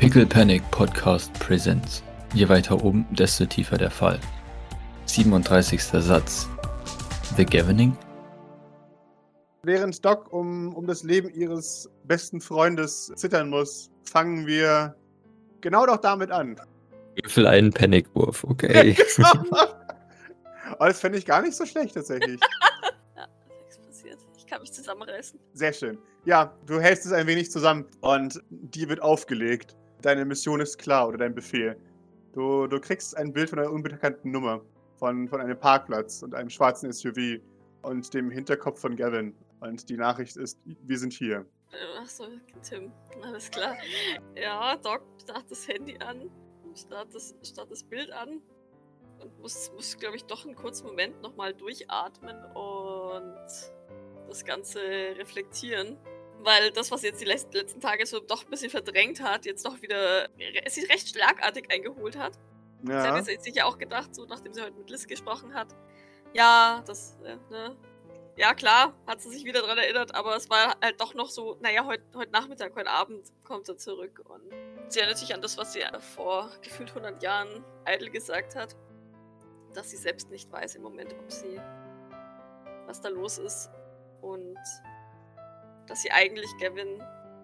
Pickle Panic Podcast Presents. Je weiter oben, desto tiefer der Fall. 37. Satz. The Gavening? Während Doc um das Leben ihres besten Freundes zittern muss, fangen wir genau doch damit an. Würfel einen Panikwurf, okay. Aber das fände ich gar nicht so schlecht tatsächlich. Ja, nichts passiert. Ich kann mich zusammenreißen. Sehr schön. Ja, du hältst es ein wenig zusammen und dir wird aufgelegt. Deine Mission ist klar oder dein Befehl. Du kriegst ein Bild von einer unbekannten Nummer, von einem Parkplatz und einem schwarzen SUV und dem Hinterkopf von Gavin. Und die Nachricht ist, wir sind hier. Achso, Tim, alles klar. Ja, Doc starrt das Handy an, starrt das Bild an und muss glaube ich, doch einen kurzen Moment nochmal durchatmen und das Ganze reflektieren. Weil das, was jetzt die letzten Tage so doch ein bisschen verdrängt hat, jetzt doch wieder sich recht schlagartig eingeholt hat. Ja. Sie hat jetzt sicher auch gedacht, so nachdem sie heute mit Liz gesprochen hat, ja, das, ne, ja klar, hat sie sich wieder dran erinnert, aber es war halt doch noch so, naja, heute Nachmittag, heute Abend kommt er zurück und sie erinnert sich an das, was sie vor gefühlt 100 Jahren eitel gesagt hat, dass sie selbst nicht weiß im Moment, was da los ist und dass sie eigentlich Gavin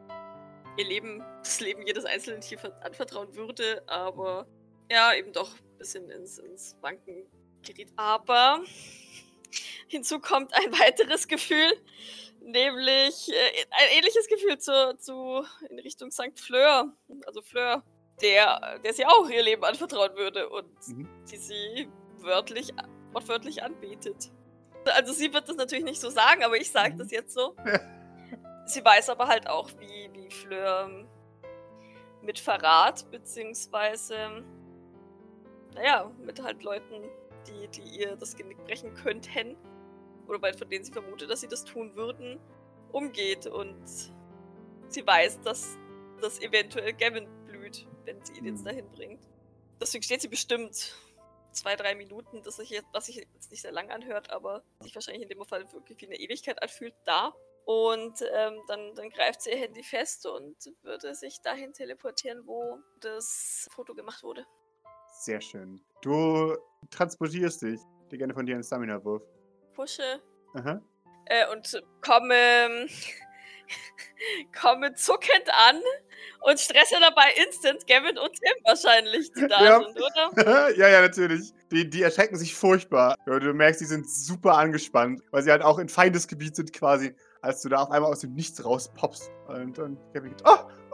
das Leben jedes einzelnen Tier anvertrauen würde, aber ja, eben doch ein bisschen ins Wanken geriet. Aber hinzu kommt ein weiteres Gefühl, nämlich ein ähnliches Gefühl in Richtung St. Fleur. Also Fleur, der sie auch ihr Leben anvertrauen würde und die sie wortwörtlich anbetet. Also sie wird das natürlich nicht so sagen, aber ich sage das jetzt so. Sie weiß aber halt auch, wie Fleur mit Verrat, beziehungsweise, naja, mit halt Leuten, die ihr das Genick brechen könnten, oder von denen sie vermutet, dass sie das tun würden, umgeht. Und sie weiß, dass das eventuell Gavin blüht, wenn sie ihn jetzt dahin bringt. Deswegen steht sie bestimmt 2-3 Minuten, was sich jetzt nicht sehr lang anhört, aber sich wahrscheinlich in dem Fall wirklich wie eine Ewigkeit anfühlt, da. Und dann greift sie ihr Handy fest und würde sich dahin teleportieren, wo das Foto gemacht wurde. Sehr schön. Du transportierst dich. Ich hätte gerne von dir einen Stamina-Wurf. Pushe. Aha. Und komme zuckend an und stresse dabei instant Gavin und Tim wahrscheinlich, die da sind, oder? Ja, natürlich. Die erschrecken sich furchtbar. Ja, du merkst, die sind super angespannt, weil sie halt auch in Feindesgebiet sind quasi, als du da auf einmal aus dem Nichts rauspoppst. Und Gavin geht,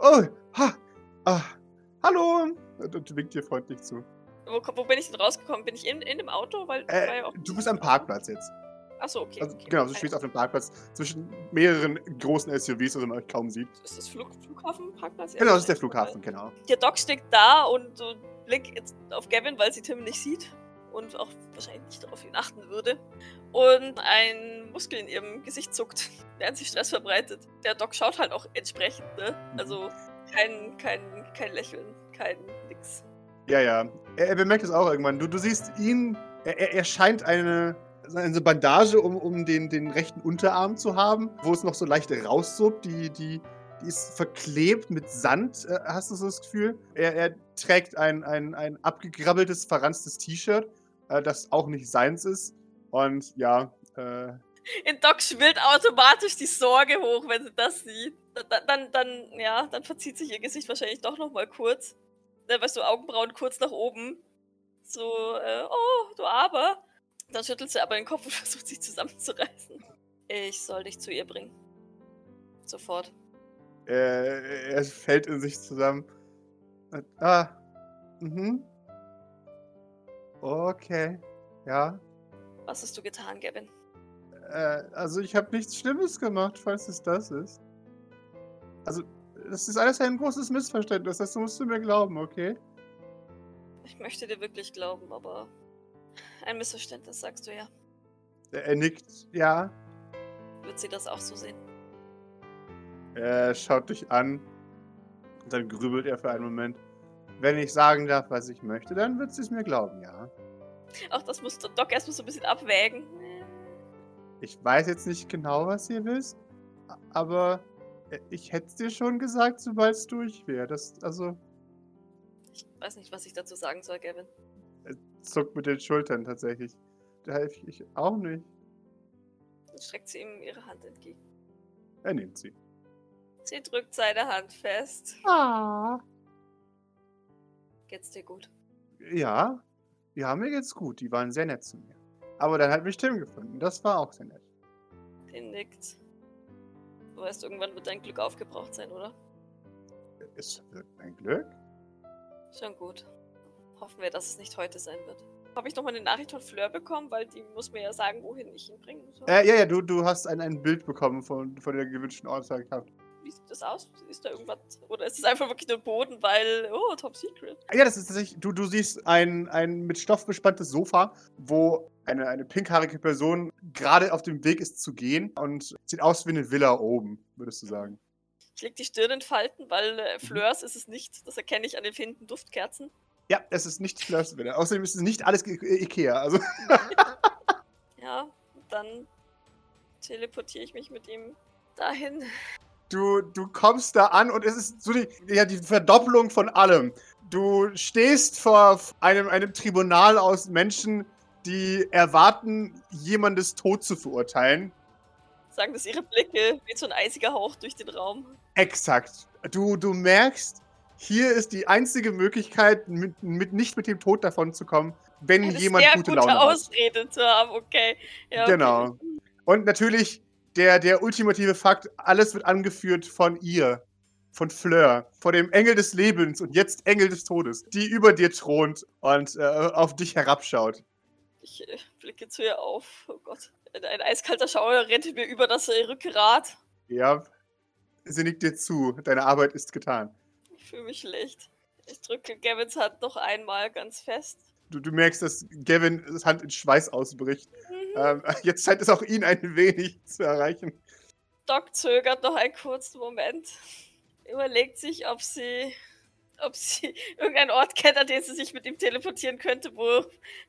hallo! Und winkt dir freundlich zu. Wo bin ich denn rausgekommen? Bin ich in dem Auto? Weil du bist am Parkplatz jetzt. Achso, okay. Also, genau, du stehst auf dem Parkplatz zwischen mehreren großen SUVs, also man euch kaum sieht. Ist das Flughafenparkplatz? Genau, das ist der Flughafen, genau. Der Doc steht da und blickt jetzt auf Gavin, weil sie Tim nicht sieht und auch wahrscheinlich nicht darauf ihn achten würde. Und ein Muskel in ihrem Gesicht zuckt, während sie Stress verbreitet. Der Doc schaut halt auch entsprechend, ne? Also kein Lächeln, kein nix. Ja. Er bemerkt es auch irgendwann. Du siehst ihn, er scheint eine Bandage um den rechten Unterarm zu haben, wo es noch so leicht raussuppt. Die ist verklebt mit Sand, hast du so das Gefühl? Er trägt ein abgegrabbeltes, verranstes T-Shirt, das auch nicht seins ist. Und ja, In Doc schwillt automatisch die Sorge hoch, wenn sie das sieht. Dann verzieht sich ihr Gesicht wahrscheinlich doch nochmal kurz. Weißt du, Augenbrauen kurz nach oben. So, oh, du Aber. Dann schüttelt sie aber den Kopf und versucht sich zusammenzureißen. Ich soll dich zu ihr bringen. Sofort. Er fällt in sich zusammen. Okay, ja. Was hast du getan, Gavin? Also ich habe nichts Schlimmes gemacht, falls es das ist. Also, das ist alles ein großes Missverständnis, das musst du mir glauben, okay? Ich möchte dir wirklich glauben, aber ein Missverständnis, sagst du ja. Er nickt, ja. Wird sie das auch so sehen? Er schaut dich an und dann grübelt er für einen Moment. Wenn ich sagen darf, was ich möchte, dann wird sie es mir glauben, ja. Auch das muss Doc erstmal so ein bisschen abwägen. Ich weiß jetzt nicht genau, was ihr wisst, aber ich hätte es dir schon gesagt, sobald es durch wäre. Ich weiß nicht, was ich dazu sagen soll, Gavin. Zuckt mit den Schultern tatsächlich. Da helfe ich auch nicht. Dann streckt sie ihm ihre Hand entgegen. Er nimmt sie. Sie drückt seine Hand fest. Ah. Geht's dir gut? Ja, mir geht's gut. Die waren sehr nett zu mir. Aber dann hat mich Tim gefunden. Das war auch sehr nett. Den nickt. Du weißt, irgendwann wird dein Glück aufgebraucht sein, oder? Es wird ein Glück. Schon gut. Hoffen wir, dass es nicht heute sein wird. Habe ich nochmal eine Nachricht von Fleur bekommen, weil die muss mir ja sagen, wohin ich ihn bringen soll. Ja, du hast ein Bild bekommen von der gewünschten Ortszeit gehabt. Wie sieht das aus? Ist da irgendwas? Oder ist es einfach wirklich nur Boden, weil, oh, Top Secret. Ja, das ist tatsächlich, du siehst ein mit Stoff bespanntes Sofa, wo eine pinkhaarige Person gerade auf dem Weg ist zu gehen und sieht aus wie eine Villa oben, würdest du sagen. Ich leg die Stirn in Falten, weil Fleurs ist es nicht. Das erkenne ich an den fehlenden Duftkerzen. Ja, es ist nicht Fleurs Villa. Außerdem ist es nicht alles Ikea. Also. Ja, dann teleportiere ich mich mit ihm dahin. Du kommst da an und es ist so die Verdoppelung von allem. Du stehst vor einem Tribunal aus Menschen, die erwarten, jemandes Tod zu verurteilen. Sagen das ihre Blicke, wie so ein eisiger Hauch durch den Raum. Exakt. Du merkst, hier ist die einzige Möglichkeit, nicht mit dem Tod davon zu kommen, wenn jemand gute Laune hat. Ausrede zu haben, okay. Ja, okay. Genau. Und natürlich der ultimative Fakt, alles wird angeführt von ihr, von Fleur, von dem Engel des Lebens und jetzt Engel des Todes, die über dir thront und auf dich herabschaut. Ich blicke zu ihr auf. Oh Gott. Ein eiskalter Schauer rennt mir über das Rückgrat. Ja, sie nickt dir zu. Deine Arbeit ist getan. Ich fühle mich schlecht. Ich drücke Gavins Hand noch einmal ganz fest. Du merkst, dass Gavins Hand in Schweiß ausbricht. Jetzt scheint es auch ihn ein wenig zu erreichen. Doc zögert noch einen kurzen Moment. Überlegt sich, ob sie irgendeinen Ort kennt, an den sie sich mit ihm teleportieren könnte, wo...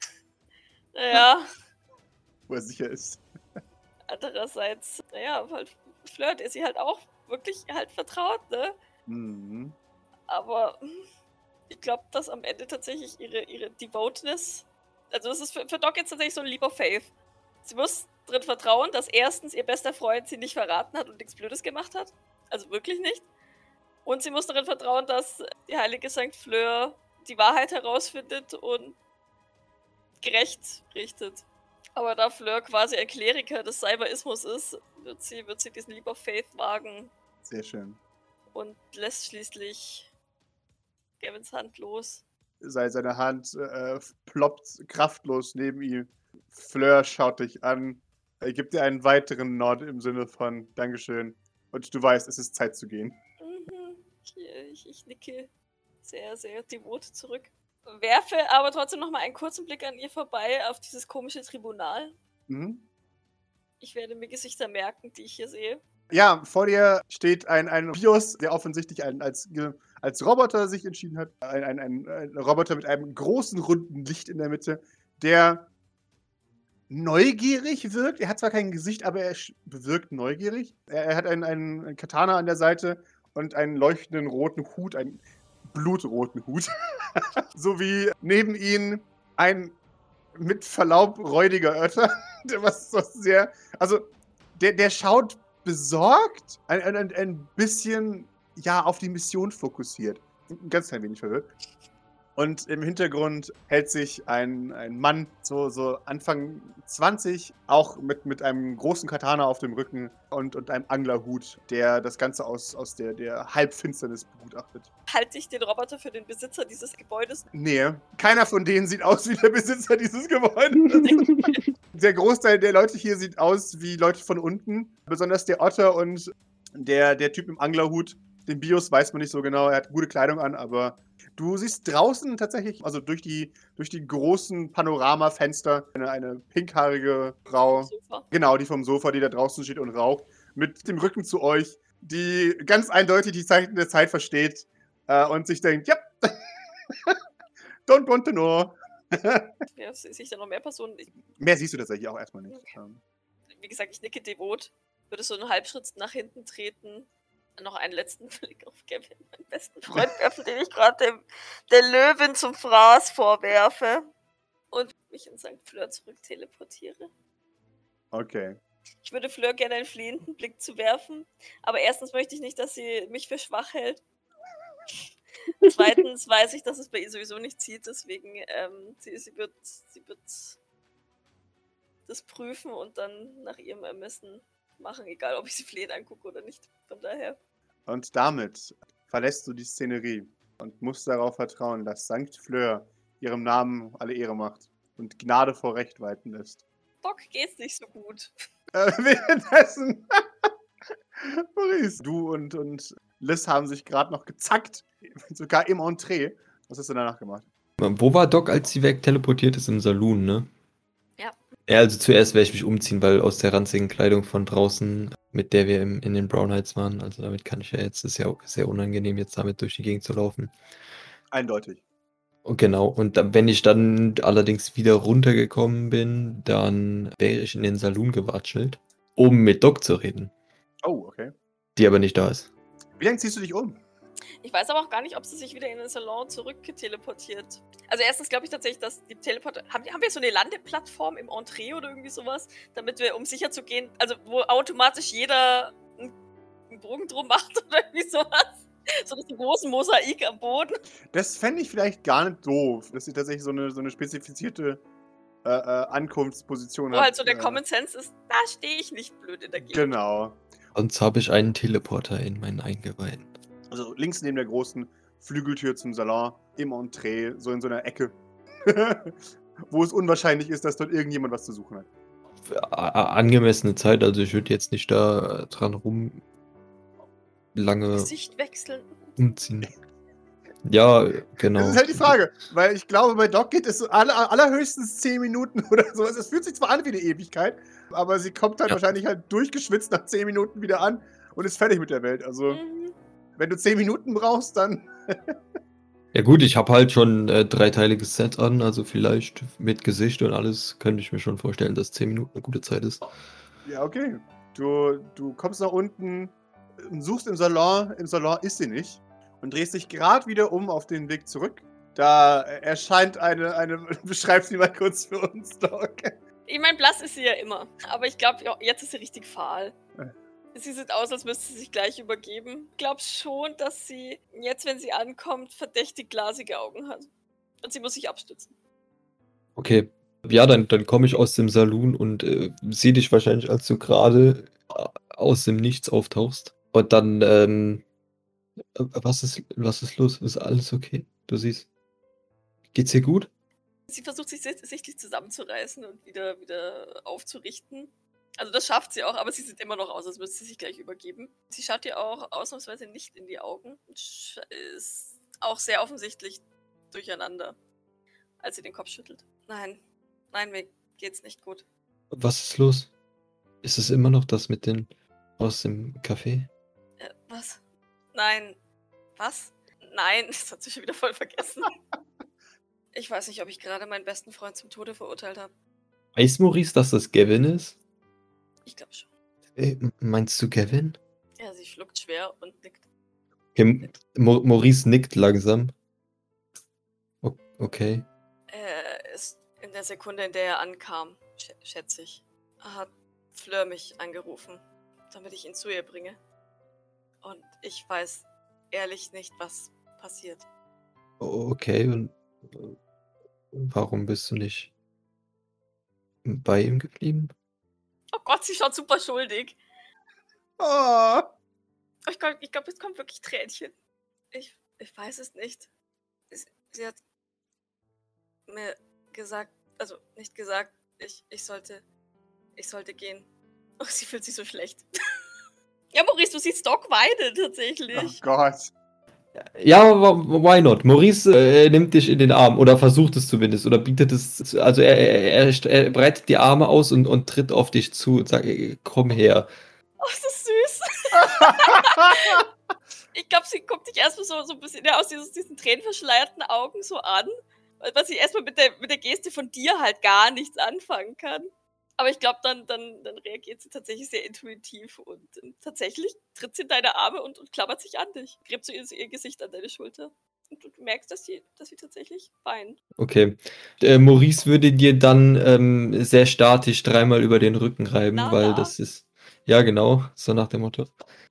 Naja. Wo er sicher ist. Andererseits, naja, halt Flirt ist sie halt auch wirklich halt vertraut, ne? Mhm. Aber ich glaube, dass am Ende tatsächlich ihre Devoteness, also das ist für Doc jetzt tatsächlich so ein Leap of Faith. Sie muss drin vertrauen, dass erstens ihr bester Freund sie nicht verraten hat und nichts Blödes gemacht hat. Also wirklich nicht. Und sie muss darin vertrauen, dass die heilige St. Fleur die Wahrheit herausfindet und gerecht richtet. Aber da Fleur quasi ein Kleriker des Cyberismus ist, wird sie diesen Leap of Faith wagen. Sehr schön. Und lässt schließlich Gavins Hand los. Seine Hand ploppt kraftlos neben ihm. Fleur schaut dich an. Er gibt dir einen weiteren Nod im Sinne von Dankeschön. Und du weißt, es ist Zeit zu gehen. Ich nicke sehr, sehr devot zurück. Werfe aber trotzdem nochmal einen kurzen Blick an ihr vorbei auf dieses komische Tribunal. Mhm. Ich werde mir Gesichter merken, die ich hier sehe. Ja, vor dir steht ein Bios, der offensichtlich als Roboter sich entschieden hat. Ein Roboter mit einem großen, runden Licht in der Mitte, der neugierig wirkt. Er hat zwar kein Gesicht, aber er bewirkt neugierig. Er hat einen Katana an der Seite und einen leuchtenden roten Hut, einen blutroten Hut. Sowie neben ihm ein mit Verlaub räudiger Otter, was sehr, also der schaut besorgt, ein bisschen, ja, auf die Mission fokussiert. Ein ganz klein wenig verwirrt. Und im Hintergrund hält sich ein Mann, so Anfang 20, auch mit einem großen Katana auf dem Rücken und einem Anglerhut, der das Ganze aus der Halbfinsternis begutachtet. Halte ich den Roboter für den Besitzer dieses Gebäudes? Nee, keiner von denen sieht aus wie der Besitzer dieses Gebäudes. Der Großteil der Leute hier sieht aus wie Leute von unten. Besonders der Otter und der Typ im Anglerhut. Den Bios weiß man nicht so genau, er hat gute Kleidung an, aber du siehst draußen tatsächlich, also durch die großen Panoramafenster, eine pinkhaarige Frau. Genau, die vom Sofa, die da draußen steht und raucht, mit dem Rücken zu euch, die ganz eindeutig die Zeichen der Zeit versteht und sich denkt, ja, don't want to know. Ja, sehe ich da noch mehr Personen? Mehr siehst du tatsächlich auch erstmal nicht. Wie gesagt, ich nicke devot, würde so einen Halbschritt nach hinten treten noch einen letzten Blick auf Gavin, meinen besten Freund, werfen, den ich gerade der Löwin zum Fraß vorwerfe. Und mich in St. Fleur zurück teleportiere. Okay. Ich würde Fleur gerne einen flehenden Blick zuwerfen, aber erstens möchte ich nicht, dass sie mich für schwach hält. Zweitens weiß ich, dass es bei ihr sowieso nicht zieht, deswegen sie wird das prüfen und dann nach ihrem Ermessen machen, egal ob ich sie flehend angucke oder nicht. Von daher. Und damit verlässt du die Szenerie und musst darauf vertrauen, dass St. Fleur ihrem Namen alle Ehre macht und Gnade vor Recht walten lässt. Doc geht's nicht so gut. Währenddessen, Maurice, du und Liz haben sich gerade noch gezackt, sogar im Entree. Was hast du danach gemacht? Wo war Doc, als sie wegteleportiert ist? Im Saloon, ne? Ja. Ja, also zuerst werde ich mich umziehen, weil aus der ranzigen Kleidung von draußen, mit der wir in den Brown Heights waren, also damit kann ich ja jetzt, ist ja auch sehr unangenehm, jetzt damit durch die Gegend zu laufen. Eindeutig. Und genau, und wenn ich dann allerdings wieder runtergekommen bin, dann wäre ich in den Saloon gewatschelt, um mit Doc zu reden, Oh, okay. die aber nicht da ist. Wie lange ziehst du dich um? Ich weiß aber auch gar nicht, ob sie sich wieder in den Salon zurückgeteleportiert. Also erstens glaube ich tatsächlich, dass die haben wir so eine Landeplattform im Entree oder irgendwie sowas, damit wir, um sicher zu gehen, also wo automatisch jeder einen Bogen drum macht oder irgendwie sowas. So einen großen Mosaik am Boden. Das fände ich vielleicht gar nicht doof, dass sie tatsächlich so eine spezifizierte Ankunftsposition Wo hat. halt so der Common Sense ist, da stehe ich nicht blöd in der Gegend. Genau. Sonst habe ich einen Teleporter in meinen Eingeweiden. Also links neben der großen Flügeltür zum Salon, im Entree, so in so einer Ecke. Wo es unwahrscheinlich ist, dass dort irgendjemand was zu suchen hat. Angemessene Zeit, also ich würde jetzt nicht da dran lange Gesicht wechseln. umziehen. Ja, genau. Das ist halt die Frage, weil ich glaube, bei Doc geht es so allerhöchstens 10 Minuten oder sowas. Es fühlt sich zwar an wie eine Ewigkeit, aber sie kommt halt wahrscheinlich halt durchgeschwitzt nach 10 Minuten wieder an und ist fertig mit der Welt. Also, wenn du 10 Minuten brauchst, dann... Ja gut, ich habe halt schon 3-teiliges Set an, also vielleicht mit Gesicht und alles könnte ich mir schon vorstellen, dass 10 Minuten eine gute Zeit ist. Ja, okay. Du kommst nach unten, suchst im Salon ist sie nicht und drehst dich gerade wieder um auf den Weg zurück. Da erscheint eine beschreib sie mal kurz für uns, Doc. Ich meine, blass ist sie ja immer. Aber ich glaube, jetzt ist sie richtig fahl. Sie sieht aus, als müsste sie sich gleich übergeben. Ich glaube schon, dass sie jetzt, wenn sie ankommt, verdächtig glasige Augen hat. Und sie muss sich abstützen. Okay, ja, dann komme ich aus dem Saloon und sehe dich wahrscheinlich, als du gerade aus dem Nichts auftauchst. Und dann, was ist los? Ist alles okay? Du siehst, geht's dir gut? Sie versucht sich sichtlich zusammenzureißen und wieder aufzurichten. Also das schafft sie auch, aber sie sieht immer noch aus, als müsste sie sich gleich übergeben. Sie schaut ihr auch ausnahmsweise nicht in die Augen und ist auch sehr offensichtlich durcheinander, als sie den Kopf schüttelt. Nein, mir geht's nicht gut. Was ist los? Ist es immer noch das mit den aus dem Café? Was? Nein. Was? Nein, das hat sie schon wieder voll vergessen. Ich weiß nicht, ob ich gerade meinen besten Freund zum Tode verurteilt habe. Weiß Maurice, dass das Gavin ist? Ich glaube schon. Meinst du Gavin? Ja, sie schluckt schwer und nickt. Okay, Maurice nickt langsam. Okay. Ist in der Sekunde, in der er ankam, schätze ich, hat Fleur mich angerufen, damit ich ihn zu ihr bringe. Und ich weiß ehrlich nicht, was passiert. Okay, und warum bist du nicht bei ihm geblieben? Oh Gott, sie schaut super schuldig. Oh. Ich glaube, es kommt wirklich Tränchen. Ich weiß es nicht. Sie hat mir gesagt, also nicht gesagt, ich sollte gehen. Oh, sie fühlt sich so schlecht. Ja, Maurice, du siehst Doc weinen tatsächlich. Oh Gott. Ja, why not? Maurice nimmt dich in den Arm oder versucht es zumindest oder bietet es, also er breitet die Arme aus und tritt auf dich zu und sagt, komm her. Oh, ist das süß. Ich glaube, sie guckt dich erstmal so ein bisschen aus diesen tränenverschleierten Augen so an, weil sie erstmal mit der Geste von dir halt gar nichts anfangen kann. Aber ich glaube, dann reagiert sie tatsächlich sehr intuitiv und tatsächlich tritt sie in deine Arme und klammert sich an dich. Gräbt so ihr Gesicht an deine Schulter. Und du merkst, dass sie tatsächlich weint. Okay. Maurice würde dir dann sehr statisch dreimal über den Rücken reiben, weil das ist. Ja, genau, so nach dem Motto.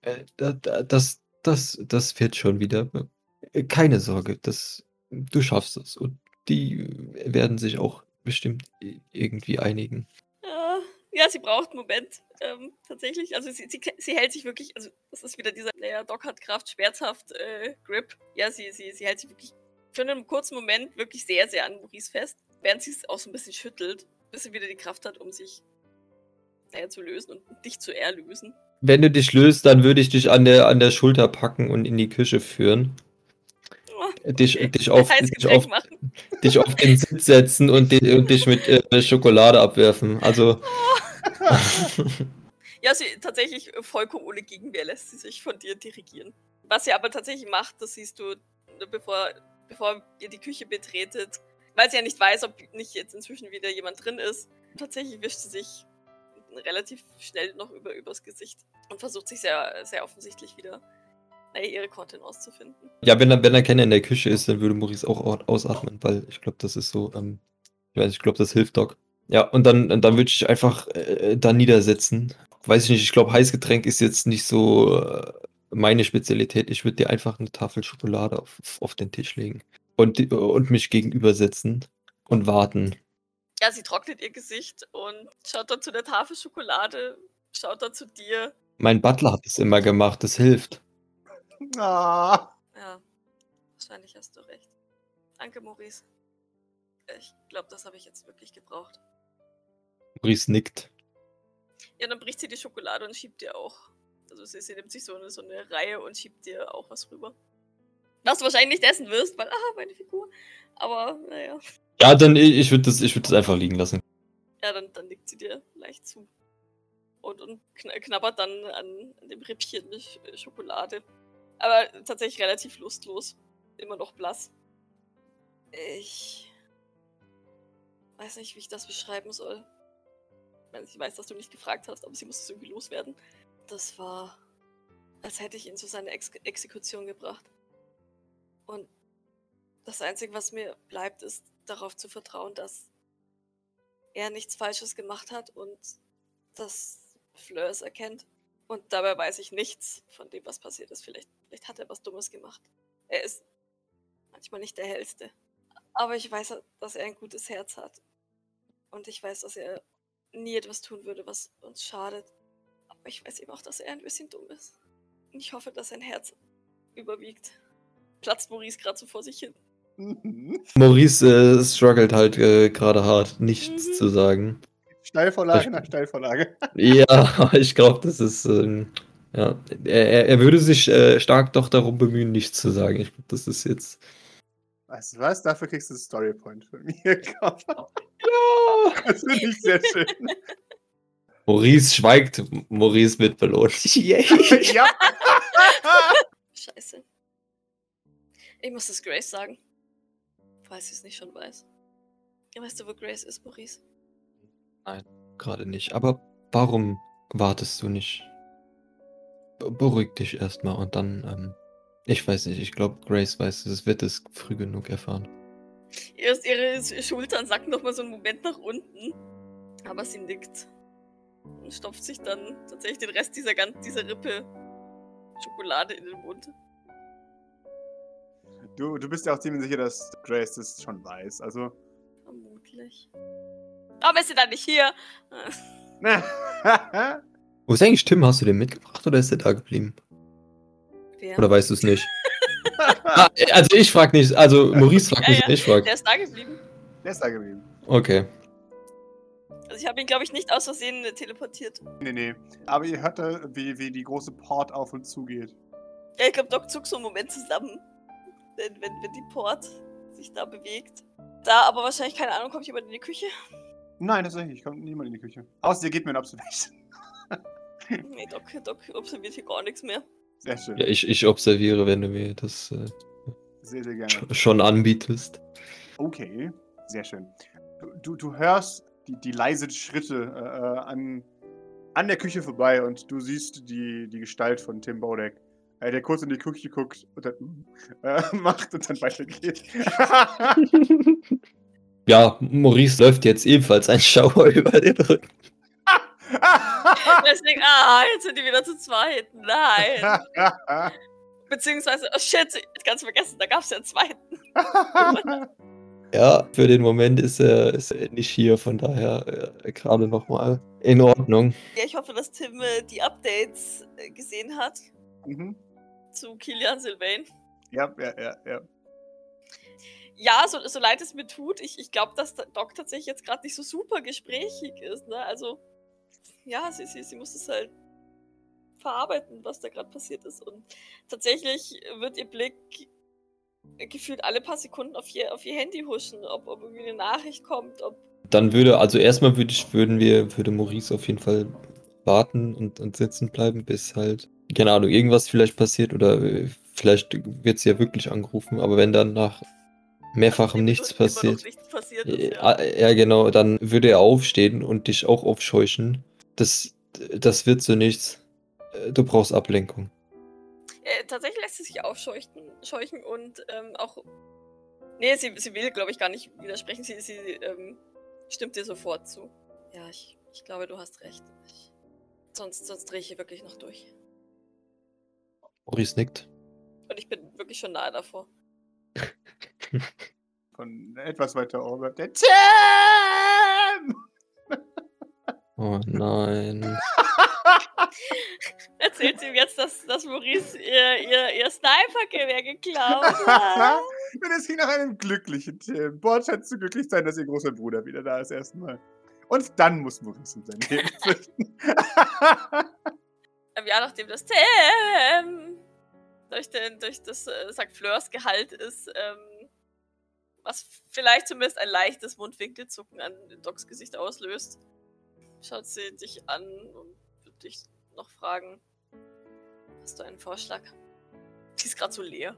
Das wird schon wieder. Keine Sorge, du schaffst es. Und die werden sich auch bestimmt irgendwie einigen. Ja, sie braucht einen Moment, tatsächlich. Also sie hält sich wirklich, also das ist wieder dieser, Doc hat Kraft, schmerzhaft, Grip. Ja, sie hält sich wirklich für einen kurzen Moment wirklich sehr, sehr an Maurice fest, während sie es auch so ein bisschen schüttelt, bis sie wieder die Kraft hat, um sich zu lösen und dich zu erlösen. Wenn du dich löst, dann würde ich dich an der Schulter packen und in die Küche führen. Dich auf den Sitz setzen und dich mit Schokolade abwerfen. Also. Ja, sie tatsächlich vollkommen ohne Gegenwehr lässt sie sich von dir dirigieren. Was sie aber tatsächlich macht, das siehst du, bevor ihr die Küche betretet, weil sie ja nicht weiß, ob nicht jetzt inzwischen wieder jemand drin ist. Tatsächlich wischt sie sich relativ schnell noch übers Gesicht und versucht sich sehr, sehr offensichtlich wieder ihre Kontenance auszufinden. Ja, wenn er Kenner in der Küche ist, dann würde Maurice auch ausatmen, weil ich glaube, das ist so, ich glaube, das hilft Doc. Ja, und dann würde ich einfach da niedersetzen. Weiß ich nicht, ich glaube, Heißgetränk ist jetzt nicht so meine Spezialität. Ich würde dir einfach eine Tafel Schokolade auf den Tisch legen und mich gegenübersetzen und warten. Ja, sie trocknet ihr Gesicht und schaut dann zu der Tafel Schokolade, schaut dann zu dir. Mein Butler hat es immer gemacht, das hilft. Ah. Ja, wahrscheinlich hast du recht. Danke, Maurice. Ich glaube, das habe ich jetzt wirklich gebraucht. Maurice nickt. Ja, dann bricht sie die Schokolade und schiebt dir auch. Also sie nimmt sich so eine Reihe und schiebt dir auch was rüber. Was du wahrscheinlich nicht essen wirst, weil, meine Figur. Aber, naja. Ja, dann ich würde das einfach liegen lassen. Ja, dann nickt sie dir leicht zu. Und knabbert dann an dem Rippchen Schokolade. Aber tatsächlich relativ lustlos. Immer noch blass. Ich weiß nicht, wie ich das beschreiben soll. Ich weiß, dass du nicht gefragt hast, aber sie muss es irgendwie loswerden. Das war, als hätte ich ihn zu seiner Exekution gebracht. Und das Einzige, was mir bleibt, ist darauf zu vertrauen, dass er nichts Falsches gemacht hat und dass Fleur es erkennt. Und dabei weiß ich nichts von dem, was passiert ist. Vielleicht hat er was Dummes gemacht. Er ist manchmal nicht der Hellste. Aber ich weiß, dass er ein gutes Herz hat. Und ich weiß, dass er nie etwas tun würde, was uns schadet. Aber ich weiß eben auch, dass er ein bisschen dumm ist. Und ich hoffe, dass sein Herz überwiegt. Platzt Maurice gerade so vor sich hin. Maurice struggelt halt gerade hart, nichts zu sagen. Steilvorlage nach Steilvorlage. Ja, ich glaube, das ist, ja, er würde sich stark doch darum bemühen, nichts zu sagen. Ich glaube, das ist jetzt... Weißt du was? Dafür kriegst du einen Storypoint von mir. Ja! Das finde ich sehr schön. Maurice schweigt, Maurice wird belohnt. Ja. Scheiße. Ich muss das Grace sagen. Falls sie es nicht schon weiß. Weißt du, wo Grace ist, Maurice? Nein, gerade nicht. Aber warum wartest du nicht? Beruhig dich erstmal und dann, ich weiß nicht, ich glaube, Grace weiß es, wird es früh genug erfahren. Ihre Schultern sacken nochmal so einen Moment nach unten. Aber sie nickt. Und stopft sich dann tatsächlich den Rest dieser Rippe Schokolade in den Mund. Du bist ja auch ziemlich sicher, dass Grace das schon weiß, also... Vermutlich. Warum ist sie dann nicht hier? Wo ist eigentlich Tim? Hast du den mitgebracht oder ist der da geblieben? Wer? Oder weißt du es nicht? Also ich frag nicht, also Maurice fragt nicht, ich frag. Der ist da geblieben. Der ist da geblieben. Okay. Also ich habe ihn, glaube ich, nicht aus Versehen teleportiert. Nee. Aber ihr hört da, wie die große Port auf und zu geht. Ja, ich glaube, Doc zuckt so einen Moment zusammen. Wenn die Port sich da bewegt. Da aber wahrscheinlich, keine Ahnung, kommt jemand in die Küche? Nein, tatsächlich, kommt niemand in die Küche. Außer dir geht mir ein Observation. Nee, Doc observiert hier gar nichts mehr. Sehr schön. Ja, ich observiere, wenn du mir das sehr, sehr gerne. schon anbietest. Okay, sehr schön. Du hörst die leisen Schritte an der Küche vorbei und du siehst die Gestalt von Tim Bodek, der kurz in die Küche guckt und dann macht und dann weitergeht. Ja, Maurice läuft jetzt ebenfalls ein Schauer über den Rücken. Deswegen, jetzt sind die wieder zu zweit. Nein. Beziehungsweise, oh shit, ganz vergessen, da gab es ja einen zweiten. Ja, für den Moment ist er nicht hier, von daher gerade nochmal in Ordnung. Ja, ich hoffe, dass Tim die Updates gesehen hat zu Kilian Sylvain. Ja. Ja, so leid es mir tut, ich glaube, dass der Doc tatsächlich jetzt gerade nicht so super gesprächig ist, ne? Also, ja, sie muss es halt verarbeiten, was da gerade passiert ist. Und tatsächlich wird ihr Blick gefühlt alle paar Sekunden auf ihr Handy huschen, ob irgendwie eine Nachricht kommt, ob... Dann erstmal würde Maurice auf jeden Fall warten und sitzen bleiben, bis halt, keine Ahnung, irgendwas vielleicht passiert oder vielleicht wird sie ja wirklich angerufen, aber wenn dann nach mehrfachem nichts passiert, ist, ja genau, dann würde er aufstehen und dich auch aufscheuchen. Das wird so nichts. Du brauchst Ablenkung. Tatsächlich lässt sie sich aufscheuchen und auch... Nee, sie will, glaube ich, gar nicht widersprechen. Sie stimmt dir sofort zu. Ja, ich glaube, du hast recht. Sonst drehe ich hier wirklich noch durch. Maurice nickt. Und ich bin wirklich schon nahe davor. Von etwas weiter oben. Der Tim! Oh nein. Erzählt sie ihm jetzt, dass Maurice ihr Snipergewehr geklaut hat? Und es ging nach einem glücklichen Tim. Bord scheint zu glücklich sein, dass ihr großer Bruder wieder da ist erstmal. Und dann muss Maurice in sein Leben flüchten. Ja, nachdem das Tim durch das St. Fleurs Gehalt ist, was vielleicht zumindest ein leichtes Mundwinkelzucken an Docs Gesicht auslöst, schaut sie dich an und wird dich noch fragen, hast du einen Vorschlag? Sie ist gerade so leer.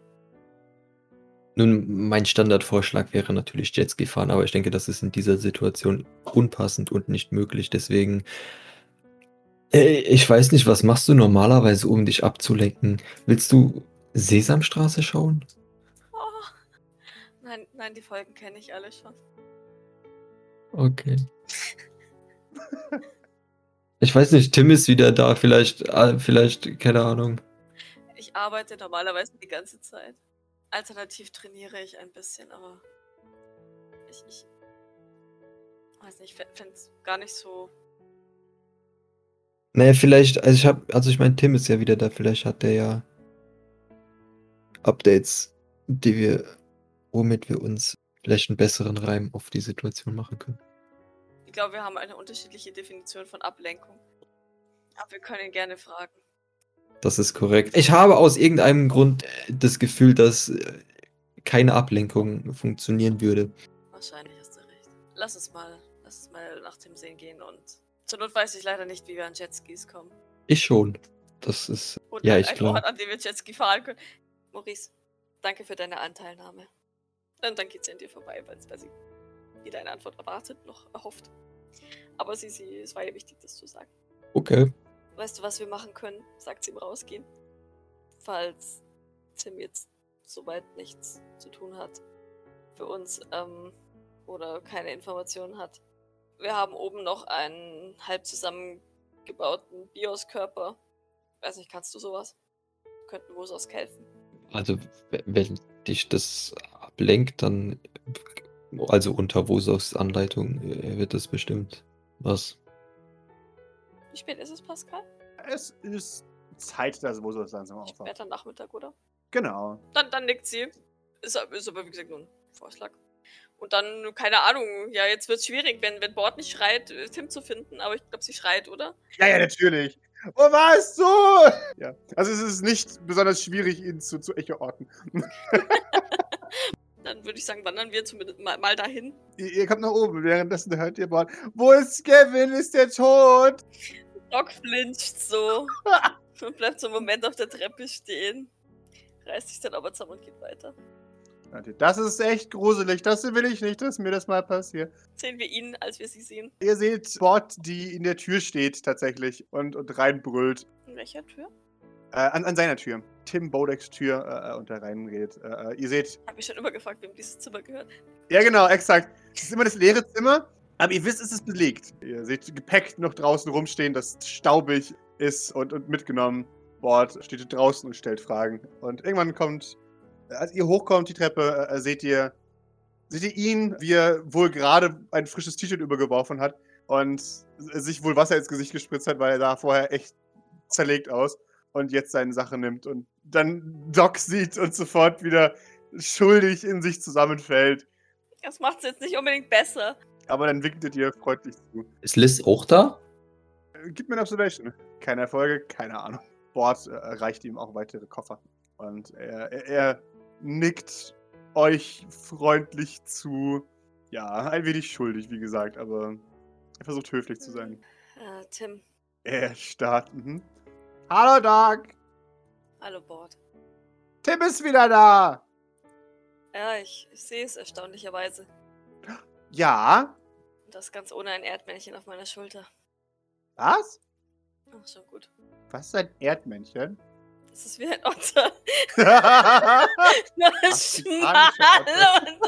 Nun, mein Standardvorschlag wäre natürlich Jetski fahren, aber ich denke, das ist in dieser Situation unpassend und nicht möglich. Deswegen, ich weiß nicht, was machst du normalerweise, um dich abzulenken? Willst du Sesamstraße schauen? Oh. Nein, die Folgen kenne ich alle schon. Okay. Ich weiß nicht, Tim ist wieder da, vielleicht, keine Ahnung. Ich arbeite normalerweise die ganze Zeit. Alternativ trainiere ich ein bisschen, aber ich weiß nicht, ich fände es gar nicht so... Naja, vielleicht, ich meine, Tim ist ja wieder da, vielleicht hat der ja Updates, womit wir uns vielleicht einen besseren Reim auf die Situation machen können. Ich glaube, wir haben eine unterschiedliche Definition von Ablenkung. Aber wir können ihn gerne fragen. Das ist korrekt. Ich habe aus irgendeinem Grund das Gefühl, dass keine Ablenkung funktionieren würde. Wahrscheinlich hast du recht. Lass es mal nach dem Seen gehen und zur Not weiß ich leider nicht, wie wir an Jetskis kommen. Ich schon. Das ist, Und ja, an ich einen glaube. Ort, an dem wir Jetski fahren können. Maurice, danke für deine Anteilnahme. Und dann geht sie an dir vorbei, weil sie weder eine Antwort erwartet noch erhofft. Aber es war ihr wichtig, das zu sagen. Okay. Weißt du, was wir machen können? Sagt sie im Rausgehen. Falls Tim jetzt soweit nichts zu tun hat für uns oder keine Informationen hat. Wir haben oben noch einen halb zusammengebauten BIOS-Körper. Weiß nicht, kannst du sowas? Könnten Wosos helfen. Also, wenn dich das ablenkt, dann, also unter Wosos Anleitung, wird das bestimmt was. Wie spät ist es, Pascal? Es ist Zeit, dass Wosos langsam aufwacht. Später Nachmittag, oder? Genau. Dann nickt sie. Ist aber, wie gesagt, nur ein Vorschlag. Und dann, keine Ahnung, ja, jetzt wird es schwierig, wenn Bord nicht schreit, Tim zu finden, aber ich glaube, sie schreit, oder? Ja, natürlich. Wo warst du? Ja. Also es ist nicht besonders schwierig, ihn zu echoorten. Dann würde ich sagen, wandern wir zumindest mal dahin. Ihr kommt nach oben, währenddessen hört ihr Bord. Wo ist Kevin? Ist der tot? Doc flincht so und bleibt so einen Moment auf der Treppe stehen. Reißt sich dann aber zusammen und geht weiter. Das ist echt gruselig. Das will ich nicht, dass mir das mal passiert. Sehen wir ihn, als wir sie sehen. Ihr seht Bord, die in der Tür steht tatsächlich und reinbrüllt. In welcher Tür? An seiner Tür. Tim Bodeks Tür und da reinredet. Ihr seht. Hab mich schon immer gefragt, wem dieses Zimmer gehört. Ja, genau, exakt. Es ist immer das leere Zimmer, aber ihr wisst, es ist belegt. Ihr seht Gepäck noch draußen rumstehen, das staubig ist und mitgenommen. Bord steht draußen und stellt Fragen. Und irgendwann kommt, als ihr hochkommt, die Treppe, seht ihr ihn, wie er wohl gerade ein frisches T-Shirt übergeworfen hat und sich wohl Wasser ins Gesicht gespritzt hat, weil er sah vorher echt zerlegt aus und jetzt seine Sache nimmt und dann Doc sieht und sofort wieder schuldig in sich zusammenfällt. Das macht es jetzt nicht unbedingt besser. Aber dann winkt ihr freundlich zu. Ist Liz auch da? Gib mir eine Observation. Keine Erfolge, keine Ahnung. Bord reicht ihm auch weitere Koffer. Und er nickt euch freundlich zu. Ja, ein wenig schuldig, wie gesagt, aber er versucht höflich zu sein. Tim. Er starrt. Hallo, Doc. Hallo, Bord. Tim ist wieder da. Ja, ich sehe es erstaunlicherweise. Ja. Und das ganz ohne ein Erdmännchen auf meiner Schulter. Was? Ach, schon gut. Was ist ein Erdmännchen? Das ist wie ein Otter. Afrikanischer Schmal und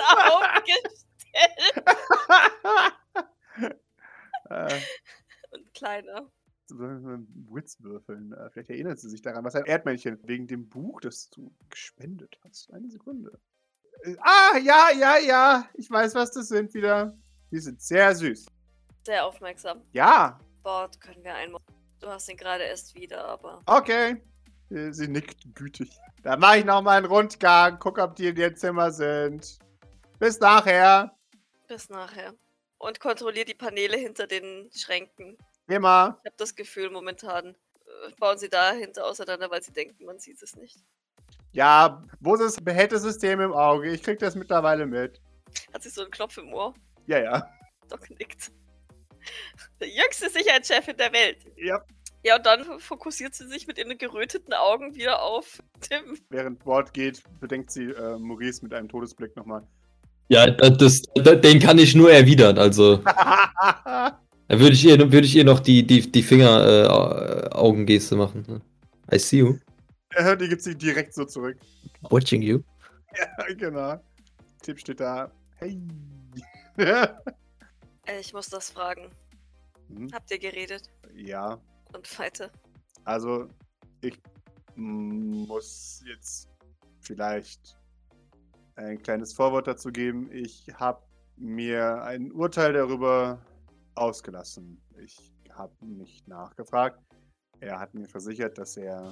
aufgestellt. Und kleiner. Witzwürfeln. Vielleicht erinnert sie sich daran, was ein Erdmännchen wegen dem Buch, das du gespendet hast. Eine Sekunde. Ja. Ich weiß, was das sind wieder. Die sind sehr süß. Sehr aufmerksam. Ja. Bord, können wir einmal. Du hast ihn gerade erst wieder, aber. Okay. Sie nickt gütig. Dann mache ich nochmal einen Rundgang. Guck, ob die in ihrem Zimmer sind. Bis nachher. Bis nachher. Und kontrollier die Paneele hinter den Schränken. Immer. Ich habe das Gefühl, momentan bauen sie dahinter auseinander, weil sie denken, man sieht es nicht. Ja, Boses behält das System im Auge. Ich krieg das mittlerweile mit. Hat sich so einen Knopf im Ohr. Ja. Doc nickt. Der jüngste Sicherheitschef in der Welt. Ja. Ja, und dann fokussiert sie sich mit ihren geröteten Augen wieder auf Tim. Während Bord geht, bedenkt sie Maurice mit einem Todesblick nochmal. Ja, den kann ich nur erwidern, also. Da würde ich ihr noch die Finger-Augengeste machen. Ne? I see you. Die gibt sie direkt so zurück. Watching you. Ja, genau. Tim steht da. Hey. Ich muss das fragen. Habt ihr geredet? Ja. Und weiter? Also, ich muss jetzt vielleicht ein kleines Vorwort dazu geben. Ich habe mir ein Urteil darüber ausgelassen. Ich habe nicht nachgefragt. Er hat mir versichert, dass er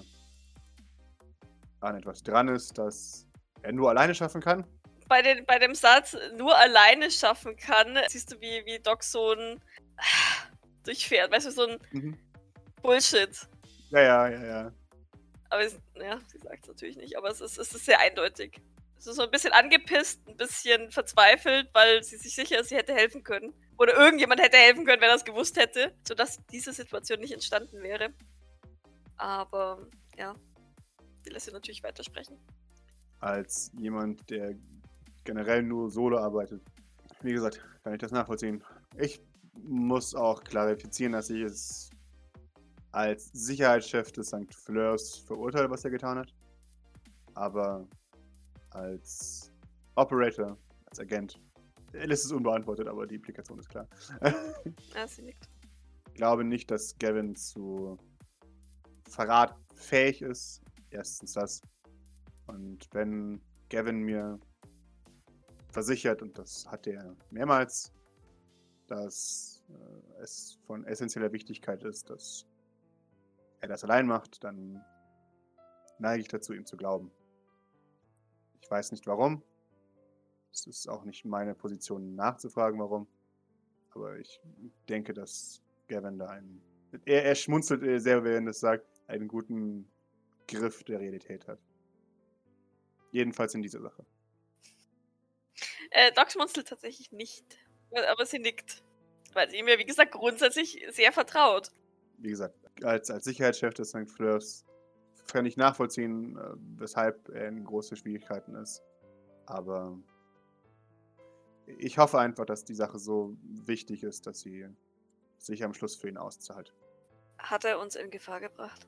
an etwas dran ist, das er nur alleine schaffen kann. Bei dem Satz nur alleine schaffen kann, siehst du, wie Doc so ein durchfährt. Weißt du, so ein Bullshit. Ja. Aber sie sagt es natürlich nicht, aber es ist sehr eindeutig. Es ist so ein bisschen angepisst, ein bisschen verzweifelt, weil sie sich sicher ist, sie hätte helfen können. Oder irgendjemand hätte helfen können, wenn er es gewusst hätte, sodass diese Situation nicht entstanden wäre. Aber, ja, die lässt sie natürlich weitersprechen. Als jemand, der generell nur solo arbeitet, wie gesagt, kann ich das nachvollziehen. Ich muss auch klarifizieren, dass ich es als Sicherheitschef des St. Fleurs verurteile, was er getan hat. Aber als Operator, als Agent, er lässt es unbeantwortet, aber die Implikation ist klar. Ja, sie nickt. Ich glaube nicht, dass Gavin zu Verrat fähig ist. Erstens das. Und wenn Gavin mir versichert, und das hat er mehrmals, dass es von essentieller Wichtigkeit ist, dass er das allein macht, dann neige ich dazu, ihm zu glauben. Ich weiß nicht warum. Es ist auch nicht meine Position nachzufragen, warum. Aber ich denke, dass Gavin da er schmunzelt sehr, während es sagt, einen guten Griff der Realität hat. Jedenfalls in dieser Sache. Doc schmunzelt tatsächlich nicht. Aber sie nickt. Weil sie ihm ja, wie gesagt, grundsätzlich sehr vertraut. Wie gesagt, als Sicherheitschef des St. Fleurs kann ich nachvollziehen, weshalb er in große Schwierigkeiten ist. Aber ich hoffe einfach, dass die Sache so wichtig ist, dass sie sich am Schluss für ihn auszahlt. Hat er uns in Gefahr gebracht?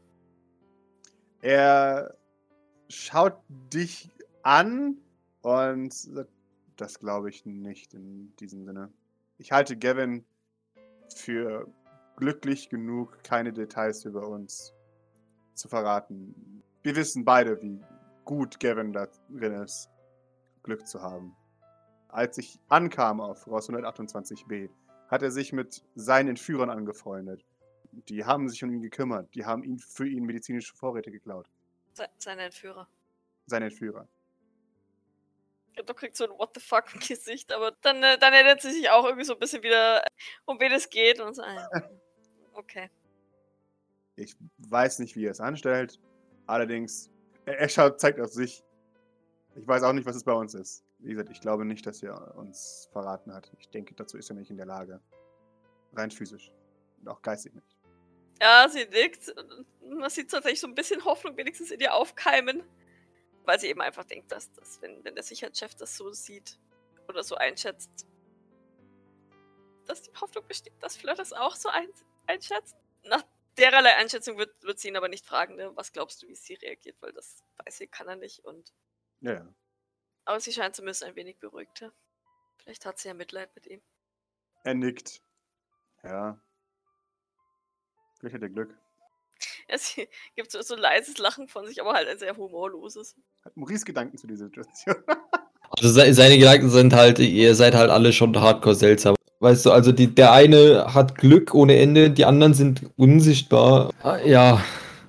Er schaut dich an und sagt, das glaube ich nicht in diesem Sinne. Ich halte Gavin für glücklich genug, keine Details über uns zu verraten. Wir wissen beide, wie gut Gavin darin ist, Glück zu haben. Als ich ankam auf Ross 128b, hat er sich mit seinen Entführern angefreundet. Die haben sich um ihn gekümmert. Die haben für ihn medizinische Vorräte geklaut. Seine Entführer. Seine Entführer. Da kriegt so ein What the fuck im Gesicht, aber dann erinnert sie sich auch irgendwie so ein bisschen wieder, um wen es geht und so. Okay. Ich weiß nicht, wie er es anstellt. Allerdings, er zeigt auf sich. Ich weiß auch nicht, was es bei uns ist. Wie gesagt, ich glaube nicht, dass er uns verraten hat. Ich denke, dazu ist er nicht in der Lage. Rein physisch. Und auch geistig nicht. Ja, sie nickt. Man sieht tatsächlich so ein bisschen Hoffnung wenigstens in ihr aufkeimen. Weil sie eben einfach denkt, dass wenn der Sicherheitschef das so sieht oder so einschätzt, dass die Hoffnung besteht, dass Fleur das auch so einschätzt. Nach dererlei Einschätzung wird sie ihn aber nicht fragen, ne? Was glaubst du, wie sie reagiert, weil das weiß sie, kann er nicht. Ja. Aber sie scheint zumindest ein wenig beruhigter. Vielleicht hat sie ja Mitleid mit ihm. Er nickt. Ja. Vielleicht hat er Glück. Ja, sie gibt so ein leises Lachen von sich, aber halt ein sehr humorloses. Hat Maurice Gedanken zu dieser Situation? Also seine Gedanken sind halt, ihr seid halt alle schon hardcore seltsam. Weißt du, also der eine hat Glück ohne Ende, die anderen sind unsichtbar. Ja.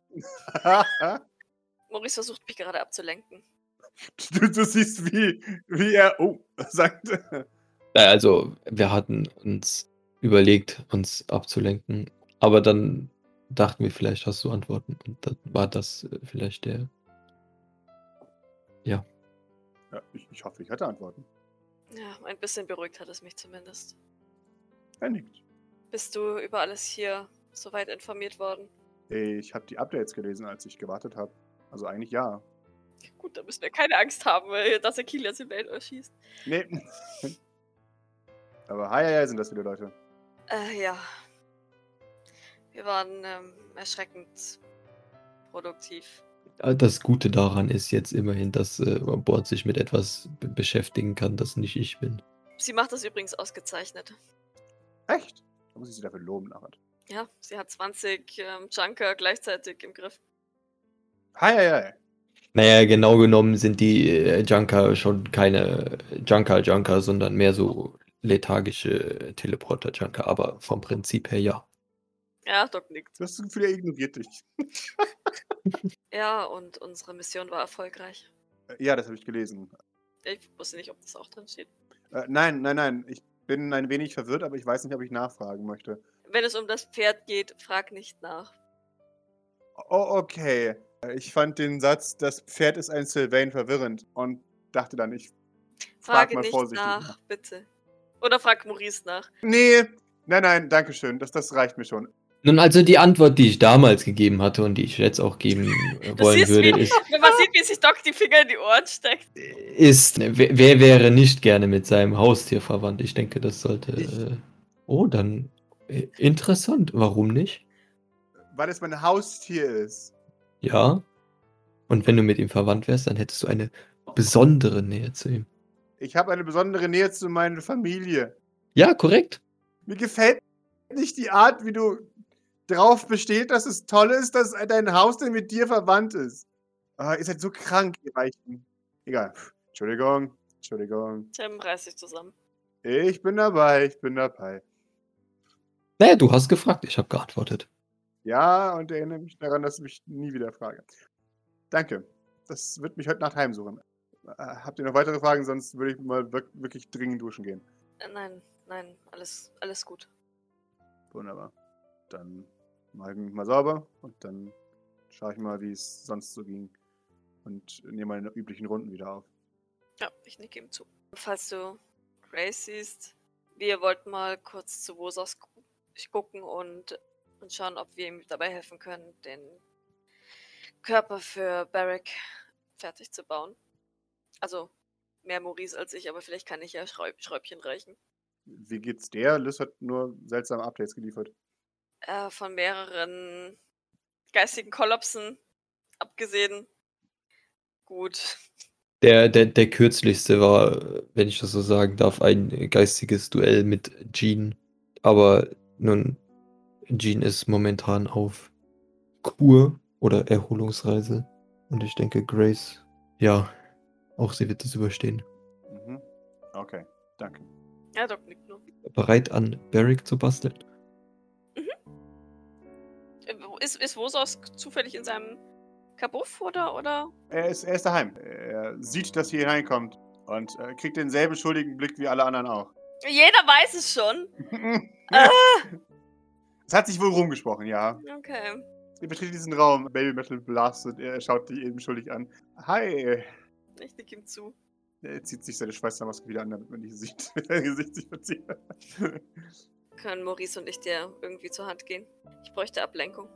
Maurice versucht mich gerade abzulenken. Du siehst, wie er sagt. Naja, also wir hatten uns überlegt, uns abzulenken, aber dann dachten wir, vielleicht hast du Antworten und dann war das vielleicht der. Ja. Ja, ich hoffe, ich hatte Antworten. Ja, ein bisschen beruhigt hat es mich zumindest. Er nickt. Bist du über alles hier soweit informiert worden? Ich habe die Updates gelesen, als ich gewartet habe. Also eigentlich ja. Gut, da müssen wir keine Angst haben, dass er Kilias im Weltall schießt. Nee. Aber hi, sind das viele Leute. Ja. Wir waren erschreckend produktiv. Das Gute daran ist jetzt immerhin, dass Bord sich mit etwas beschäftigen kann, das nicht ich bin. Sie macht das übrigens ausgezeichnet. Echt? Da muss ich sie dafür loben nachher. Ja, sie hat 20 Junker gleichzeitig im Griff. Hi. Naja, genau genommen sind die Junker schon keine Junker, sondern mehr so lethargische Teleporter-Junker, aber vom Prinzip her ja. Ja, Doc nickt. Du hast das Gefühl, er ignoriert dich. Ja, und unsere Mission war erfolgreich. Ja, das habe ich gelesen. Ich wusste nicht, ob das auch drin steht. Nein. Ich bin ein wenig verwirrt, aber ich weiß nicht, ob ich nachfragen möchte. Wenn es um das Pferd geht, frag nicht nach. Oh, okay. Ich fand den Satz, das Pferd ist ein Sylvain, verwirrend und dachte dann, ich frag Frage mal nicht vorsichtig nach, bitte. Oder frag Maurice nach. Nee, nein, danke schön. Das reicht mir schon. Nun, also die Antwort, die ich damals gegeben hatte und die ich jetzt auch geben wollen würde, wenn man sieht, wie sich Doc die Finger in die Ohren steckt. ist, wer wäre nicht gerne mit seinem Haustier verwandt? Ich denke, das sollte. Dann interessant. Warum nicht? Weil es mein Haustier ist. Ja. Und wenn du mit ihm verwandt wärst, dann hättest du eine besondere Nähe zu ihm. Ich habe eine besondere Nähe zu meiner Familie. Ja, korrekt. Mir gefällt nicht die Art, wie du drauf besteht, dass es toll ist, dass dein Haustier mit dir verwandt ist. Ihr seid so krank, ihr Weichen. Egal. Entschuldigung. Tim reißt sich zusammen. Ich bin dabei. Naja, du hast gefragt, ich habe geantwortet. Ja, und erinnere mich daran, dass ich mich nie wieder frage. Danke. Das wird mich heute Nacht heimsuchen. Habt ihr noch weitere Fragen? Sonst würde ich mal wirklich dringend duschen gehen. Nein, alles gut. Wunderbar. Dann mache ich mich mal sauber und dann schaue ich mal, wie es sonst so ging. Und nehme meine üblichen Runden wieder auf. Ja, ich nicke ihm zu. Falls du Grace siehst, wir wollten mal kurz zu Wosas gucken und schauen, ob wir ihm dabei helfen können, den Körper für Barrick fertig zu bauen. Also mehr Maurice als ich, aber vielleicht kann ich ja Schräubchen reichen. Wie geht's der? Liz hat nur seltsame Updates geliefert. Von mehreren geistigen Kollapsen abgesehen. Gut. Der kürzlichste war, wenn ich das so sagen darf, ein geistiges Duell mit Jean. Aber nun, Jean ist momentan auf Kur oder Erholungsreise. Und ich denke, Grace, ja, auch sie wird es überstehen. Mhm. Okay, danke. Ja, Doc nickt nur. Bereit an Barrick zu basteln? Ist Wosos zufällig in seinem Kabuff oder? Er ist daheim. Er sieht, dass hier hineinkommt und kriegt denselben schuldigen Blick wie alle anderen auch. Jeder weiß es schon. Es hat sich wohl rumgesprochen, ja. Okay. Ihr betretet diesen Raum, Baby Metal blastet, er schaut die eben schuldig an. Hi. Ich nick ihm zu. Er zieht sich seine Schwestermaske wieder an, damit man nicht sieht, wie sein Gesicht sich verzieht. Können Maurice und ich dir irgendwie zur Hand gehen? Ich bräuchte Ablenkung.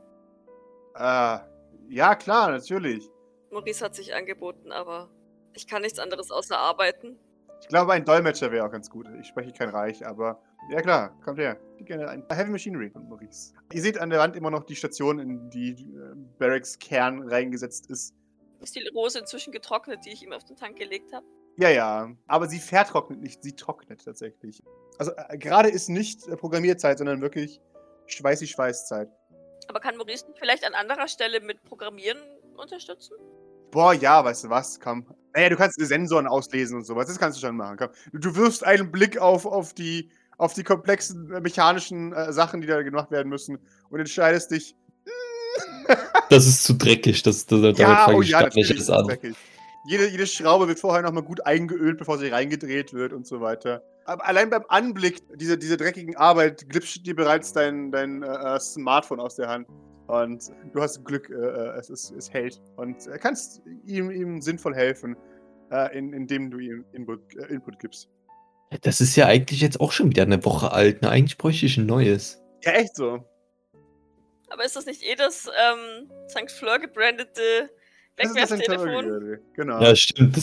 Ja, klar, natürlich. Maurice hat sich angeboten, aber ich kann nichts anderes außer arbeiten. Ich glaube, ein Dolmetscher wäre auch ganz gut. Ich spreche kein Reich, aber ja klar, kommt her. Ich gerne ein Heavy Machinery von Maurice. Ihr seht an der Wand immer noch die Station, in die Barracks Kern reingesetzt ist. Ist die Rose inzwischen getrocknet, die ich ihm auf den Tank gelegt habe? Ja, aber sie vertrocknet nicht, sie trocknet tatsächlich. Also gerade ist nicht Programmierzeit, sondern wirklich Schweißzeit. Aber kann Maurice nicht vielleicht an anderer Stelle mit Programmieren unterstützen? Boah, ja, weißt du was, komm. Naja, du kannst die Sensoren auslesen und sowas, das kannst du schon machen, komm. Du wirfst einen Blick auf die komplexen mechanischen Sachen, die da gemacht werden müssen und entscheidest dich. Das ist zu dreckig, damit fange ich gar nicht erst an. Dreckig. Jede Schraube wird vorher nochmal gut eingeölt, bevor sie reingedreht wird und so weiter. Aber allein beim Anblick dieser dreckigen Arbeit glitscht dir bereits dein Smartphone aus der Hand. Und du hast Glück, es hält. Und kannst ihm sinnvoll helfen, indem du ihm Input gibst. Das ist ja eigentlich jetzt auch schon wieder eine Woche alt, ne? Eigentlich bräuchte ich ein neues. Ja, echt so. Aber ist das nicht das St. Fleur gebrandete Wegwerftelefon? Genau. Ja, stimmt.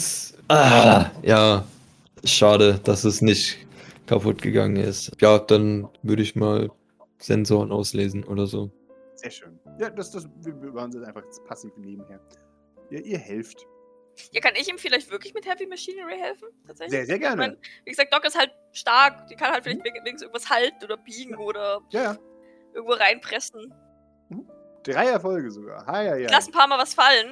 Ja. Schade, dass es nicht kaputt gegangen ist. Ja, dann würde ich mal Sensoren auslesen oder so. Sehr schön. Ja, wir machen das einfach passiv nebenher. Ja, ihr helft. Ja, kann ich ihm vielleicht wirklich mit Heavy Machinery helfen? Tatsächlich? Sehr, sehr gerne. Ich mein, wie gesagt, Doc ist halt stark. Die kann halt vielleicht wenigstens irgendwas halten oder biegen oder irgendwo reinpressen. 3 Erfolge sogar. Ich lasse ein paar Mal was fallen.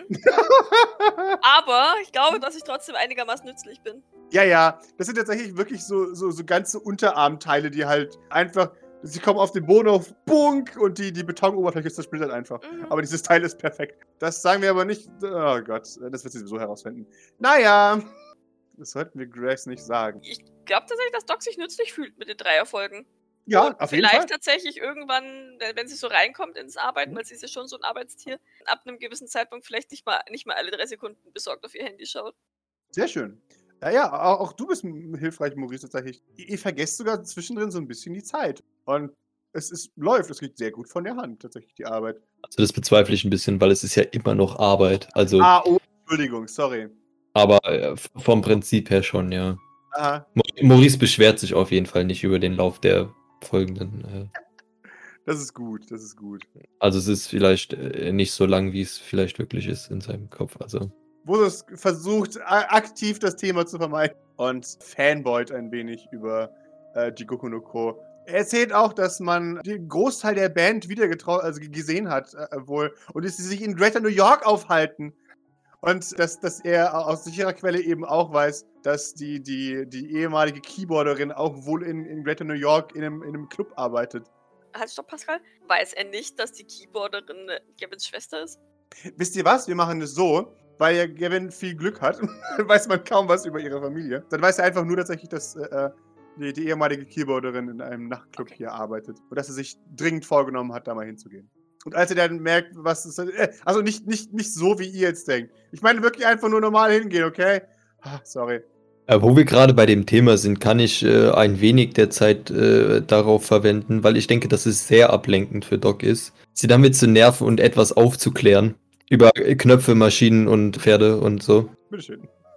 Aber ich glaube, dass ich trotzdem einigermaßen nützlich bin. Ja. Das sind tatsächlich wirklich so ganze Unterarmteile, die halt einfach. Sie kommen auf den Boden auf Bunk und die Betonoberfläche zersplittert einfach. Aber dieses Teil ist perfekt. Das sagen wir aber nicht. Oh Gott, das wird sie sowieso herausfinden. Naja, das sollten wir Grace nicht sagen. Ich glaube tatsächlich, dass Doc sich nützlich fühlt mit den 3 Erfolgen. Ja, und auf jeden Fall. Vielleicht tatsächlich irgendwann, wenn sie so reinkommt ins Arbeiten, weil sie ist ja schon so ein Arbeitstier, ab einem gewissen Zeitpunkt vielleicht nicht mal alle 3 Sekunden besorgt auf ihr Handy schaut. Sehr schön. Ja, auch du bist hilfreich, Maurice, tatsächlich. Ihr vergesst sogar zwischendrin so ein bisschen die Zeit. Und es läuft, es geht sehr gut von der Hand, tatsächlich, die Arbeit. Also das bezweifle ich ein bisschen, weil es ist ja immer noch Arbeit. Also, Entschuldigung, sorry. Aber vom Prinzip her schon, ja. Aha. Maurice beschwert sich auf jeden Fall nicht über den Lauf der folgenden. Das ist gut. Also es ist vielleicht nicht so lang, wie es vielleicht wirklich ist in seinem Kopf. Also. Vosos versucht aktiv das Thema zu vermeiden und fanboyt ein wenig über Jigoku no Ko. Er erzählt auch, dass man den Großteil der Band wieder gesehen hat, wohl, und dass sie sich in Greater New York aufhalten. Und dass er aus sicherer Quelle eben auch weiß, dass die ehemalige Keyboarderin auch wohl in Greater New York in einem Club arbeitet. Halt, stopp, Pascal. Weiß er nicht, dass die Keyboarderin Gavins Schwester ist? Wisst ihr was? Wir machen es so, weil ja Gavin viel Glück hat, weiß man kaum was über ihre Familie. Dann weiß er einfach nur tatsächlich, dass die ehemalige Keyboarderin in einem Nachtclub hier arbeitet. Und dass er sich dringend vorgenommen hat, da mal hinzugehen. Und als er dann merkt, was ist also nicht so, wie ihr jetzt denkt. Ich meine wirklich einfach nur normal hingehen, okay? Sorry. Wo wir gerade bei dem Thema sind, kann ich ein wenig der Zeit darauf verwenden, weil ich denke, dass es sehr ablenkend für Doc ist, sie damit zu nerven und etwas aufzuklären über Knöpfe, Maschinen und Pferde und so. Bitteschön.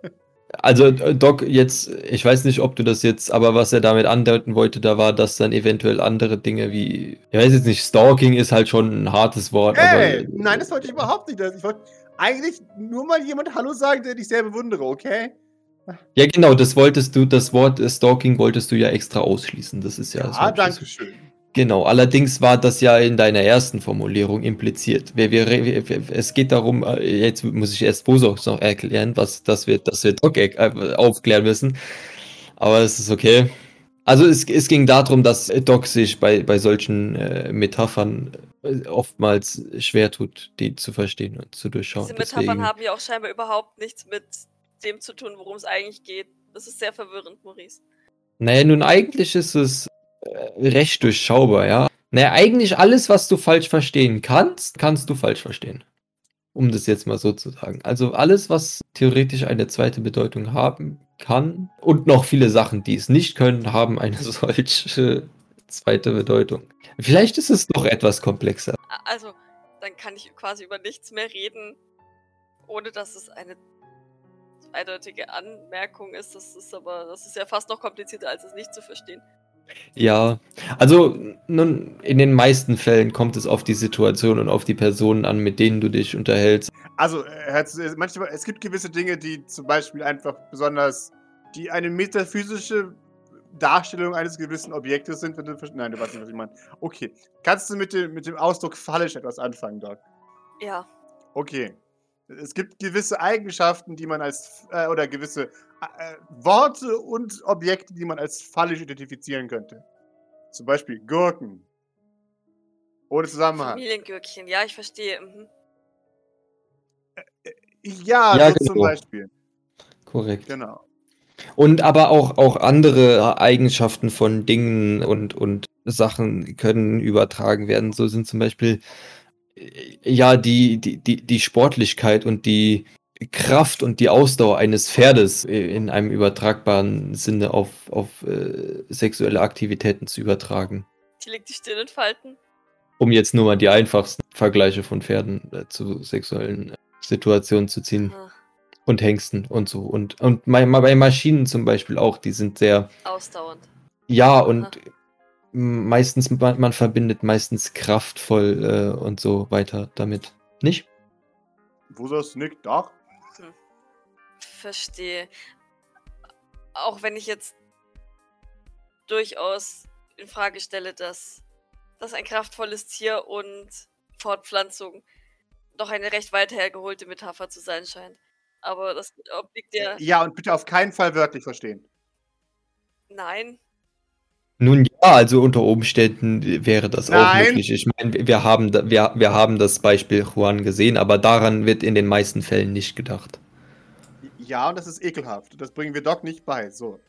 Also Doc, jetzt, ich weiß nicht, ob du das jetzt, aber was er damit andeuten wollte, da war, dass dann eventuell andere Dinge wie, ich weiß jetzt nicht, Stalking ist halt schon ein hartes Wort, aber Hey, nein, das wollte ich überhaupt nicht. Ich wollte eigentlich nur mal jemand Hallo sagen, den ich sehr bewundere, okay? ja genau, das Wort Stalking wolltest du ja extra ausschließen, das ist ja das Ja, danke schön. Genau, allerdings war das ja in deiner ersten Formulierung impliziert. Es geht darum, jetzt muss ich erst Bosox noch erklären, dass wir Doc aufklären müssen. Aber es ist okay. Also es ging darum, dass Doc sich bei solchen Metaphern oftmals schwer tut, die zu verstehen und zu durchschauen. Diese Metaphern haben ja auch scheinbar überhaupt nichts mit dem zu tun, worum es eigentlich geht. Das ist sehr verwirrend, Maurice. Naja, nun eigentlich ist es recht durchschaubar, ja. Naja, eigentlich alles, was du falsch verstehen kannst, kannst du falsch verstehen. Um das jetzt mal so zu sagen. Also alles, was theoretisch eine zweite Bedeutung haben kann und noch viele Sachen, die es nicht können, haben eine solche zweite Bedeutung. Vielleicht ist es doch etwas komplexer. Also, dann kann ich quasi über nichts mehr reden, ohne dass es eine eindeutige Anmerkung ist. Das ist ja fast noch komplizierter, als es nicht zu verstehen. Ja, also nun, in den meisten Fällen kommt es auf die Situation und auf die Personen an, mit denen du dich unterhältst. Also, manchmal, es gibt gewisse Dinge, die zum Beispiel einfach besonders, die eine metaphysische Darstellung eines gewissen Objektes sind, wenn du nein, du weißt nicht, was ich meine. Okay. Kannst du mit dem Ausdruck fallisch etwas anfangen, Doc? Ja. Okay. Es gibt gewisse Eigenschaften, die man als, oder gewisse Worte und Objekte, die man als fallisch identifizieren könnte. Zum Beispiel Gurken. Ohne Zusammenhang. Familiengürkchen, ja, ich verstehe. Mhm. Ja, Ja, so zum genau. Beispiel. Korrekt. Genau. Und aber auch andere Eigenschaften von Dingen und Sachen können übertragen werden. So sind zum Beispiel ja die Sportlichkeit und die Kraft und die Ausdauer eines Pferdes in einem übertragbaren Sinne auf sexuelle Aktivitäten zu übertragen. Die legt die Stirn in Falten. Um jetzt nur mal die einfachsten Vergleiche von Pferden zu sexuellen Situationen zu ziehen. Aha. Und Hengsten und so. Und bei Maschinen zum Beispiel auch, die sind sehr Ausdauernd. ja, und meistens, man verbindet meistens kraftvoll und so weiter damit. Nicht? Wo das nickt? Doch. Verstehe. Auch wenn ich jetzt durchaus in Frage stelle, dass ein kraftvolles Tier und Fortpflanzung doch eine recht weit hergeholte Metapher zu sein scheint. Aber das obliegt ja. Ja, und bitte auf keinen Fall wörtlich verstehen. Nein. Nun ja, also unter Umständen wäre das auch Nein. möglich. Ich meine, wir haben das Beispiel Juan gesehen, aber daran wird in den meisten Fällen nicht gedacht. Ja, und das ist ekelhaft. Das bringen wir Doc nicht bei. So.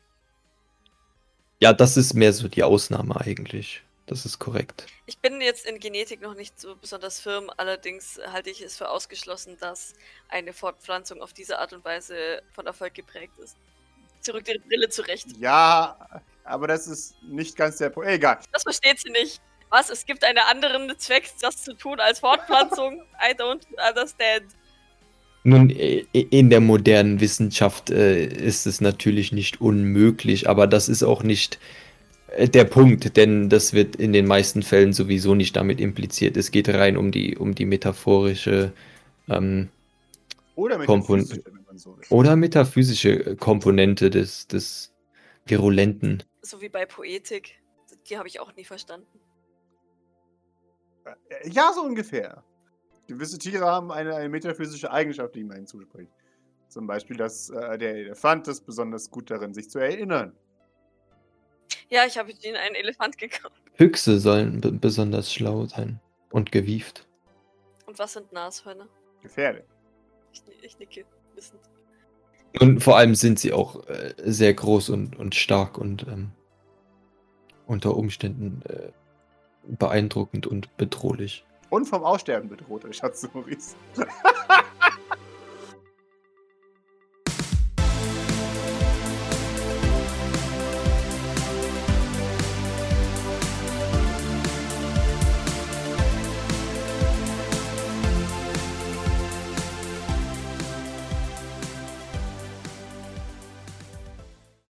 Ja, das ist mehr so die Ausnahme eigentlich. Das ist korrekt. Ich bin jetzt in Genetik noch nicht so besonders firm, allerdings halte ich es für ausgeschlossen, dass eine Fortpflanzung auf diese Art und Weise von Erfolg geprägt ist. Zurück die Brille zurecht. Ja, aber das ist nicht ganz der Punkt. Egal. Das versteht sie nicht. Was? Es gibt einen anderen Zweck, das zu tun als Fortpflanzung? I don't understand. Nun, in der modernen Wissenschaft ist es natürlich nicht unmöglich, aber das ist auch nicht der Punkt, denn das wird in den meisten Fällen sowieso nicht damit impliziert. Es geht rein um die metaphorische Oder metaphysische, wenn man so will. oder metaphysische Komponente des Virulenten. So wie bei Poetik. Die habe ich auch nie verstanden. Ja, so ungefähr. Gewisse Tiere haben eine metaphysische Eigenschaft, die man zuspricht. Zum Beispiel, dass der Elefant ist besonders gut darin, sich zu erinnern. Ja, ich habe ihnen einen Elefant gekauft. Füchse sollen besonders schlau sein und gewieft. Und was sind Nashörner? Gefährlich. Ich nicke wissend. Und vor allem sind sie auch sehr groß und stark und unter Umständen beeindruckend und bedrohlich. Und vom Aussterben bedroht, Schatz Maurice.